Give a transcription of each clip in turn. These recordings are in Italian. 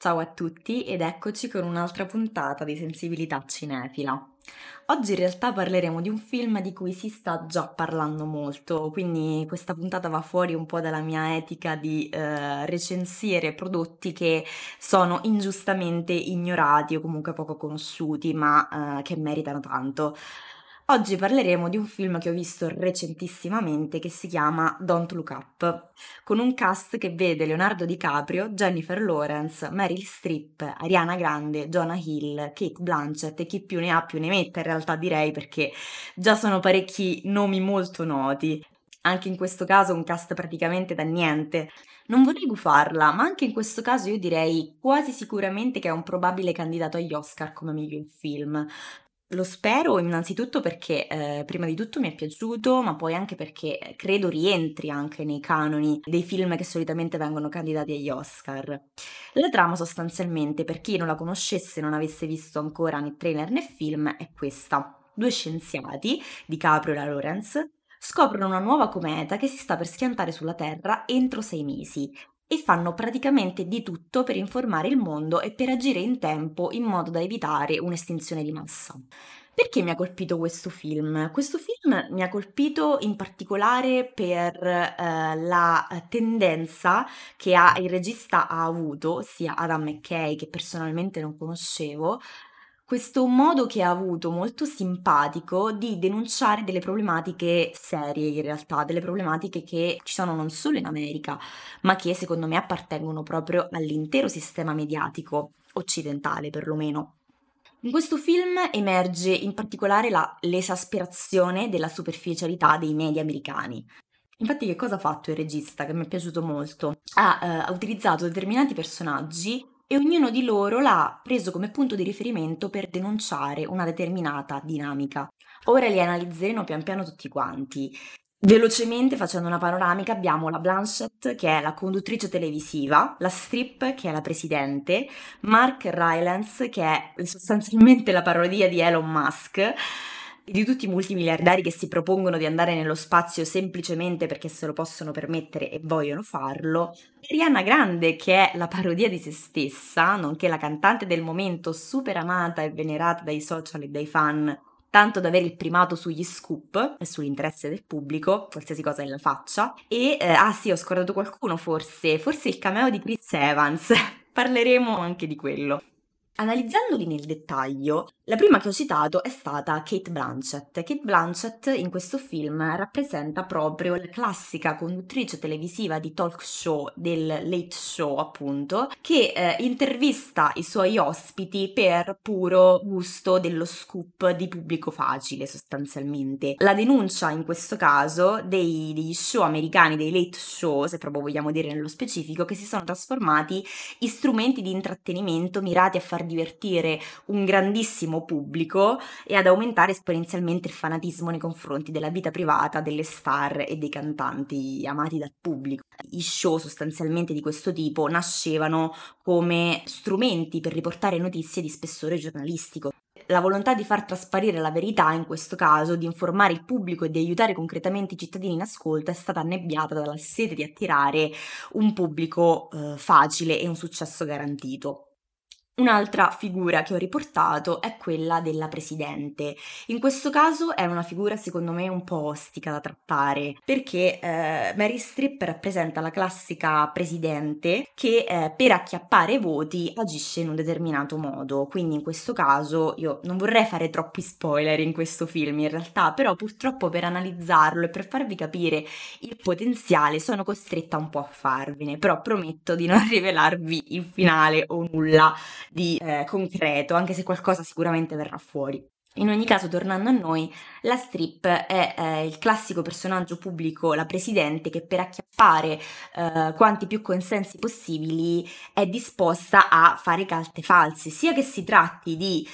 Ciao a tutti ed eccoci con un'altra puntata di Sensibilità Cinefila. Oggi in realtà parleremo di un film di cui si sta già parlando molto, quindi questa puntata va fuori un po' dalla mia etica di recensire prodotti che sono ingiustamente ignorati o comunque poco conosciuti, ma che meritano tanto. Oggi parleremo di un film che ho visto recentissimamente che si chiama Don't Look Up, con un cast che vede Leonardo DiCaprio, Jennifer Lawrence, Meryl Streep, Ariana Grande, Jonah Hill, Kate Blanchett e chi più ne ha più ne metta in realtà direi perché già sono parecchi nomi molto noti. Anche in questo caso un cast praticamente da niente. Non vorrei gufarla, ma anche in questo caso io direi quasi sicuramente che è un probabile candidato agli Oscar come miglior film. Lo spero innanzitutto perché prima di tutto mi è piaciuto, ma poi anche perché credo rientri anche nei canoni dei film che solitamente vengono candidati agli Oscar. La trama sostanzialmente, per chi non la conoscesse e non avesse visto ancora né trailer né film, è questa. Due scienziati, DiCaprio e la Lawrence, scoprono una nuova cometa che si sta per schiantare sulla Terra entro 6 mesi e fanno praticamente di tutto per informare il mondo e per agire in tempo in modo da evitare un'estinzione di massa. Perché mi ha colpito questo film? Questo film mi ha colpito in particolare per la tendenza che il regista ha avuto, sia Adam McKay che personalmente non conoscevo, questo modo che ha avuto molto simpatico di denunciare delle problematiche serie in realtà, delle problematiche che ci sono non solo in America, ma che secondo me appartengono proprio all'intero sistema mediatico occidentale perlomeno. In questo film emerge in particolare l'esasperazione della superficialità dei media americani. Infatti che cosa ha fatto il regista, che mi è piaciuto molto? Ha utilizzato determinati personaggi e ognuno di loro l'ha preso come punto di riferimento per denunciare una determinata dinamica. Ora li analizzeremo pian piano tutti quanti. Velocemente, facendo una panoramica, abbiamo la Blanchett, che è la conduttrice televisiva, la Strip, che è la presidente, Mark Rylance, che è sostanzialmente la parodia di Elon Musk, di tutti i multimiliardari che si propongono di andare nello spazio semplicemente perché se lo possono permettere e vogliono farlo, Ariana Grande, che è la parodia di se stessa, nonché la cantante del momento super amata e venerata dai social e dai fan, tanto da avere il primato sugli scoop e sull'interesse del pubblico, qualsiasi cosa ella faccia. E, ah sì, ho scordato qualcuno forse il cameo di Chris Evans, parleremo anche di quello. Analizzandoli nel dettaglio, la prima che ho citato è stata Kate Blanchett. Kate Blanchett in questo film rappresenta proprio la classica conduttrice televisiva di talk show, del Late Show appunto, che intervista i suoi ospiti per puro gusto dello scoop di pubblico facile sostanzialmente. La denuncia in questo caso degli show americani, dei late show, se proprio vogliamo dire nello specifico, che si sono trasformati in strumenti di intrattenimento mirati a far divertire un grandissimo pubblico e ad aumentare esponenzialmente il fanatismo nei confronti della vita privata delle star e dei cantanti amati dal pubblico. I show sostanzialmente di questo tipo nascevano come strumenti per riportare notizie di spessore giornalistico. La volontà di far trasparire la verità, in questo caso, di informare il pubblico e di aiutare concretamente i cittadini in ascolto, è stata annebbiata dalla sete di attirare un pubblico facile e un successo garantito. Un'altra figura che ho riportato è quella della presidente. In questo caso è una figura secondo me un po' ostica da trattare, perché Mary Streep rappresenta la classica presidente che per acchiappare voti agisce in un determinato modo. Quindi in questo caso io non vorrei fare troppi spoiler in questo film in realtà, però purtroppo per analizzarlo e per farvi capire il potenziale sono costretta un po' a farvene, però prometto di non rivelarvi il finale o nulla di concreto, anche se qualcosa sicuramente verrà fuori. In ogni caso, tornando a noi, la Strip è il classico personaggio pubblico, la presidente, che per acchiappare quanti più consensi possibili è disposta a fare calte false, sia che si tratti di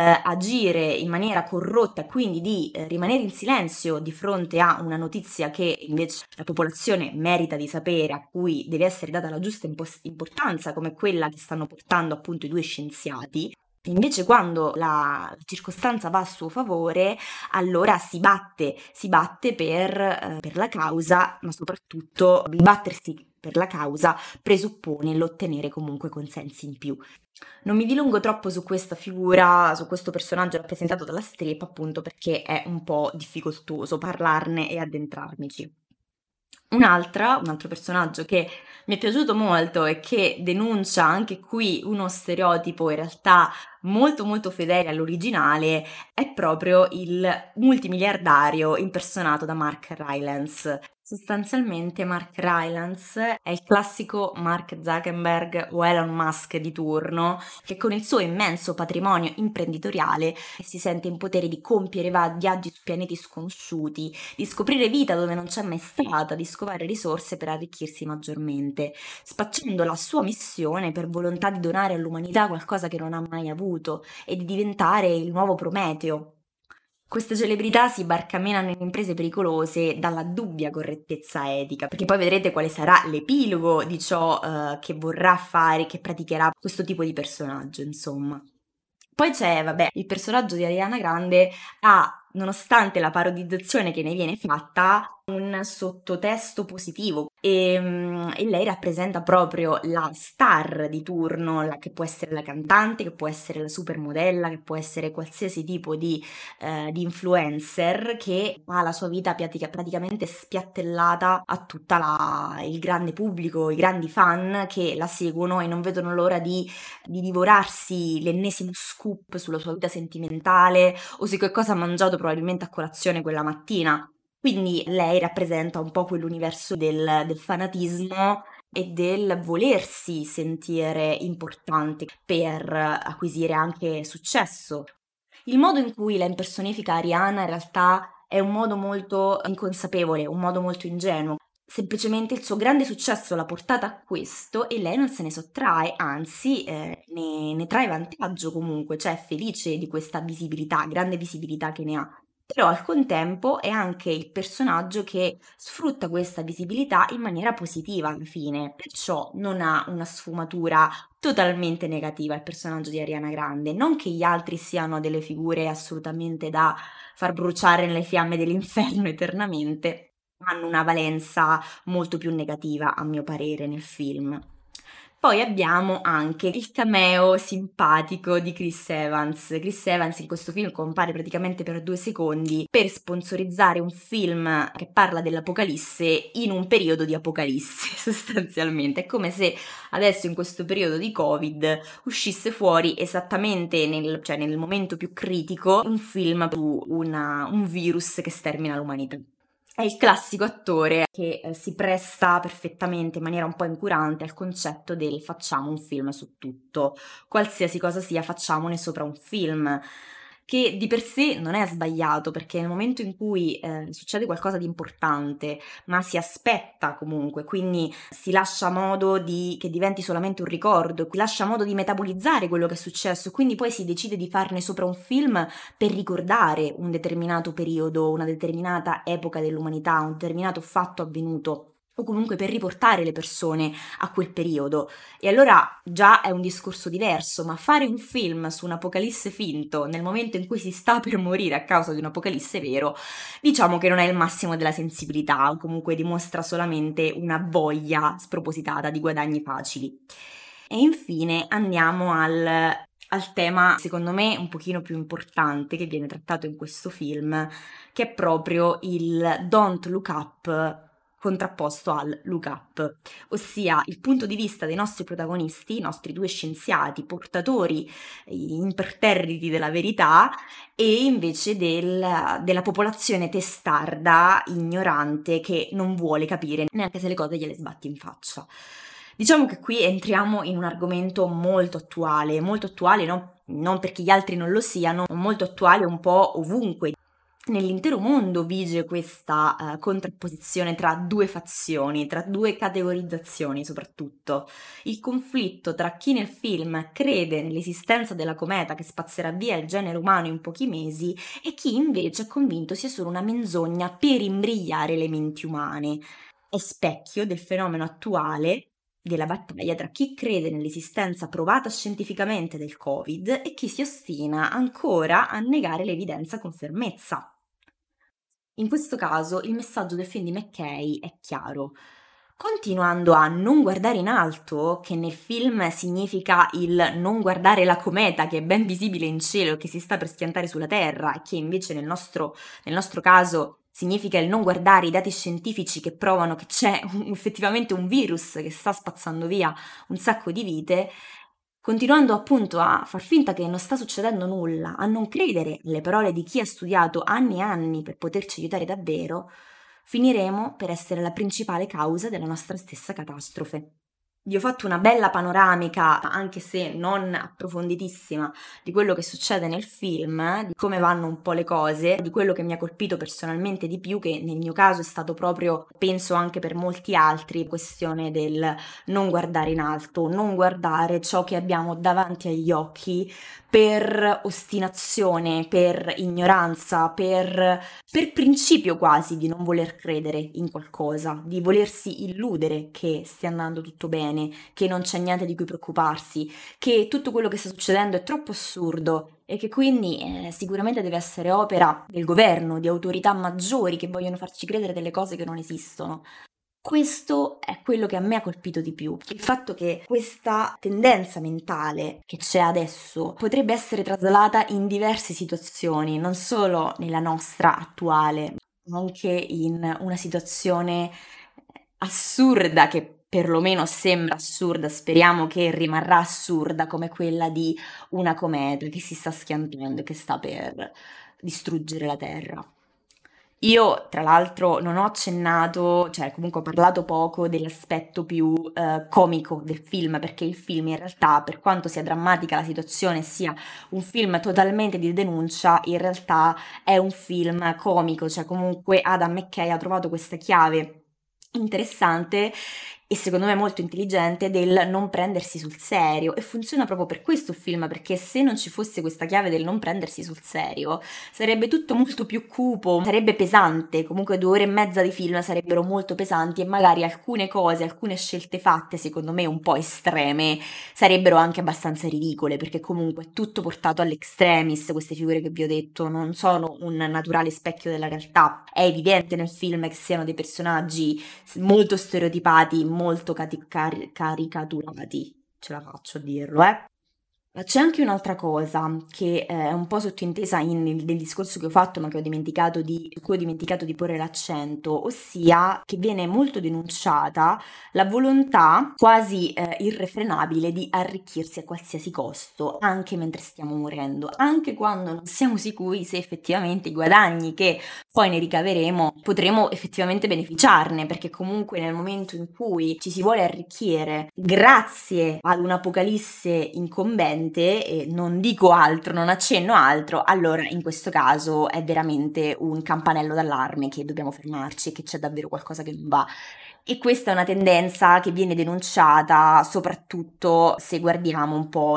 agire in maniera corrotta, quindi di rimanere in silenzio di fronte a una notizia che invece la popolazione merita di sapere, a cui deve essere data la giusta importanza, come quella che stanno portando appunto i due scienziati. Invece quando la circostanza va a suo favore, allora si batte per la causa, ma soprattutto il battersi per la causa presuppone l'ottenere comunque consensi in più. Non mi dilungo troppo su questa figura, su questo personaggio rappresentato dalla strip, appunto perché è un po' difficoltoso parlarne e addentrarmici. Un altro personaggio che mi è piaciuto molto e che denuncia anche qui uno stereotipo in realtà molto molto fedele all'originale è proprio il multimiliardario impersonato da Mark Rylance. Sostanzialmente Mark Rylance è il classico Mark Zuckerberg o Elon Musk di turno che con il suo immenso patrimonio imprenditoriale si sente in potere di compiere viaggi su pianeti sconosciuti, di scoprire vita dove non c'è mai stata, di scovare risorse per arricchirsi maggiormente, spacciando la sua missione per volontà di donare all'umanità qualcosa che non ha mai avuto e di diventare il nuovo Prometeo. Queste celebrità si barcamenano in imprese pericolose dalla dubbia correttezza etica, perché poi vedrete quale sarà l'epilogo di ciò che vorrà fare, che praticherà questo tipo di personaggio, insomma. Poi c'è, vabbè, il personaggio di Ariana Grande ha, nonostante la parodizzazione che ne viene fatta, un sottotesto positivo e lei rappresenta proprio la star di turno, che può essere la cantante, che può essere la supermodella, che può essere qualsiasi tipo di influencer che ha la sua vita praticamente spiattellata a tutta il grande pubblico, i grandi fan che la seguono e non vedono l'ora di divorarsi l'ennesimo scoop sulla sua vita sentimentale o su che cosa ha mangiato probabilmente a colazione quella mattina. Quindi lei rappresenta un po' quell'universo del fanatismo e del volersi sentire importante per acquisire anche successo. Il modo in cui la impersonifica Ariana in realtà è un modo molto inconsapevole, un modo molto ingenuo. Semplicemente il suo grande successo l'ha portata a questo e lei non se ne sottrae, anzi ne trae vantaggio comunque, cioè è felice di questa visibilità, grande visibilità che ne ha. Però al contempo è anche il personaggio che sfrutta questa visibilità in maniera positiva alla fine, perciò non ha una sfumatura totalmente negativa il personaggio di Ariana Grande. Non che gli altri siano delle figure assolutamente da far bruciare nelle fiamme dell'inferno eternamente, hanno una valenza molto più negativa, a mio parere, nel film. Poi abbiamo anche il cameo simpatico di Chris Evans. Chris Evans in questo film compare praticamente per 2 secondi per sponsorizzare un film che parla dell'Apocalisse in un periodo di Apocalisse, sostanzialmente. È come se adesso in questo periodo di Covid uscisse fuori esattamente nel momento più critico un film su un virus che stermina l'umanità. È il classico attore che si presta perfettamente in maniera un po' incurante al concetto del facciamo un film su tutto, qualsiasi cosa sia facciamone sopra un film, che di per sé non è sbagliato perché nel momento in cui succede qualcosa di importante, ma si aspetta comunque, quindi si lascia modo che diventi solamente un ricordo, si lascia modo di metabolizzare quello che è successo, quindi poi si decide di farne sopra un film per ricordare un determinato periodo, una determinata epoca dell'umanità, un determinato fatto avvenuto o comunque per riportare le persone a quel periodo. E allora già è un discorso diverso, ma fare un film su un apocalisse finto nel momento in cui si sta per morire a causa di un apocalisse vero, diciamo che non è il massimo della sensibilità, o comunque dimostra solamente una voglia spropositata di guadagni facili. E infine andiamo al tema, secondo me, un pochino più importante che viene trattato in questo film, che è proprio il don't look up contrapposto al look up, ossia il punto di vista dei nostri protagonisti, i nostri 2 scienziati, portatori imperterriti della verità, e invece della popolazione testarda, ignorante, che non vuole capire neanche se le cose gliele sbatti in faccia. Diciamo che qui entriamo in un argomento molto attuale non perché gli altri non lo siano, ma molto attuale un po' ovunque. Nell'intero mondo vige questa contrapposizione tra 2 fazioni, tra 2 categorizzazioni soprattutto. Il conflitto tra chi nel film crede nell'esistenza della cometa che spazzerà via il genere umano in pochi mesi e chi invece è convinto sia solo una menzogna per imbrigliare le menti umane. È specchio del fenomeno attuale della battaglia tra chi crede nell'esistenza provata scientificamente del Covid e chi si ostina ancora a negare l'evidenza con fermezza. In questo caso il messaggio del film di McKay è chiaro. Continuando a non guardare in alto, che nel film significa il non guardare la cometa che è ben visibile in cielo e che si sta per schiantare sulla Terra, e che invece nel nostro caso significa il non guardare i dati scientifici che provano che c'è effettivamente un virus che sta spazzando via un sacco di vite, continuando appunto a far finta che non sta succedendo nulla, a non credere alle parole di chi ha studiato anni e anni per poterci aiutare davvero, finiremo per essere la principale causa della nostra stessa catastrofe. Vi ho fatto una bella panoramica, anche se non approfonditissima, di quello che succede nel film, di come vanno un po' le cose, di quello che mi ha colpito personalmente di più, che nel mio caso è stato proprio, penso anche per molti altri, questione del non guardare in alto, non guardare ciò che abbiamo davanti agli occhi per ostinazione, per ignoranza, per principio quasi di non voler credere in qualcosa, di volersi illudere che stia andando tutto bene, che non c'è niente di cui preoccuparsi, che tutto quello che sta succedendo è troppo assurdo e che quindi sicuramente deve essere opera del governo, di autorità maggiori che vogliono farci credere delle cose che non esistono. Questo è quello che a me ha colpito di più, il fatto che questa tendenza mentale che c'è adesso potrebbe essere traslata in diverse situazioni, non solo nella nostra attuale, ma anche in una situazione assurda che perlomeno sembra assurda, speriamo che rimarrà assurda come quella di una cometa che si sta schiantando e che sta per distruggere la Terra. Io, tra l'altro, non ho accennato, cioè comunque ho parlato poco dell'aspetto più comico del film, perché il film in realtà, per quanto sia drammatica la situazione, sia un film totalmente di denuncia, in realtà è un film comico, cioè comunque Adam McKay ha trovato questa chiave interessante e secondo me molto intelligente del non prendersi sul serio, e funziona proprio per questo il film, perché se non ci fosse questa chiave del non prendersi sul serio sarebbe tutto molto più cupo, sarebbe pesante, comunque 2 ore e mezza di film sarebbero molto pesanti e magari alcune cose, alcune scelte fatte secondo me un po' estreme sarebbero anche abbastanza ridicole, perché comunque è tutto portato all'extremis, queste figure che vi ho detto non sono un naturale specchio della realtà, è evidente nel film che siano dei personaggi molto stereotipati, molto caricaturati, ce la faccio a dirlo, eh. C'è anche un'altra cosa che è un po' sottintesa nel discorso che ho fatto, ma che su cui ho dimenticato di porre l'accento, ossia che viene molto denunciata la volontà quasi irrefrenabile di arricchirsi a qualsiasi costo, anche mentre stiamo morendo, anche quando non siamo sicuri se effettivamente i guadagni che poi ne ricaveremo potremo effettivamente beneficiarne, perché comunque nel momento in cui ci si vuole arricchire grazie ad un'apocalisse incombente, e non dico altro, non accenno altro, allora in questo caso è veramente un campanello d'allarme che dobbiamo fermarci e che c'è davvero qualcosa che non va. E questa è una tendenza che viene denunciata soprattutto se guardiamo un po'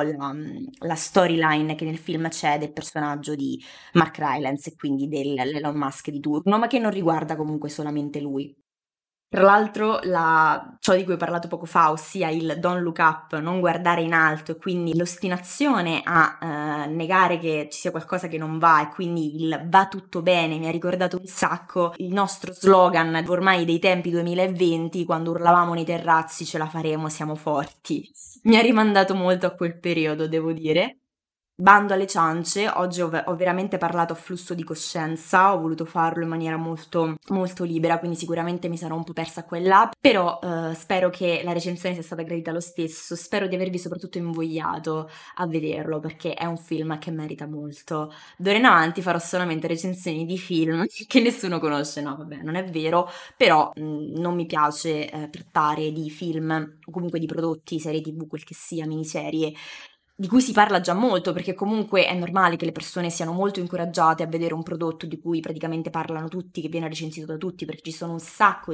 la storyline che nel film c'è del personaggio di Mark Rylance e quindi dell'Elon Musk di turno, ma che non riguarda comunque solamente lui. Tra l'altro ciò di cui ho parlato poco fa, ossia il don't look up, non guardare in alto e quindi l'ostinazione a negare che ci sia qualcosa che non va e quindi il va tutto bene, mi ha ricordato un sacco il nostro slogan ormai dei tempi 2020, quando urlavamo nei terrazzi ce la faremo, siamo forti. Mi ha rimandato molto a quel periodo, devo dire. Bando alle ciance, oggi ho veramente parlato a flusso di coscienza, ho voluto farlo in maniera molto, molto libera, quindi sicuramente mi sarò un po' persa qua e là, però spero che la recensione sia stata gradita lo stesso, spero di avervi soprattutto invogliato a vederlo, perché è un film che merita molto. D'ora in avanti farò solamente recensioni di film che nessuno conosce, no vabbè, non è vero, però non mi piace trattare di film, o comunque di prodotti, serie TV, quel che sia, miniserie, di cui si parla già molto, perché comunque è normale che le persone siano molto incoraggiate a vedere un prodotto di cui praticamente parlano tutti, che viene recensito da tutti, perché ci sono un sacco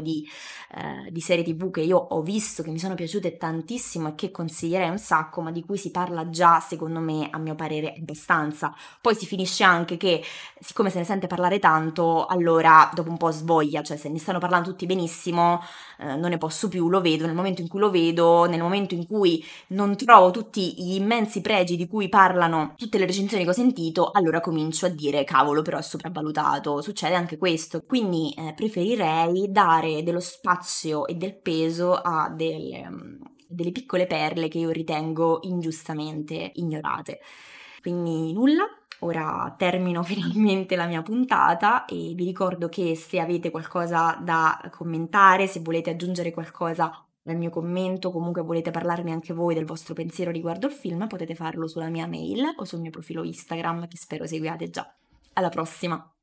di serie TV che io ho visto, che mi sono piaciute tantissimo e che consiglierei un sacco, ma di cui si parla già, secondo me, a mio parere, abbastanza. Poi si finisce anche che, siccome se ne sente parlare tanto, allora dopo un po' svoglia, cioè se ne stanno parlando tutti benissimo, non ne posso più, lo vedo, nel momento in cui lo vedo, nel momento in cui non trovo tutti gli immensi immensi pregi di cui parlano tutte le recensioni che ho sentito, allora comincio a dire cavolo, però è sopravvalutato, succede anche questo. Quindi preferirei dare dello spazio e del peso a delle piccole perle che io ritengo ingiustamente ignorate. Quindi nulla, ora termino finalmente la mia puntata e vi ricordo che se avete qualcosa da commentare, se volete aggiungere qualcosa al mio commento, comunque volete parlarmi anche voi del vostro pensiero riguardo il film, potete farlo sulla mia mail o sul mio profilo Instagram che spero seguiate già. Alla prossima!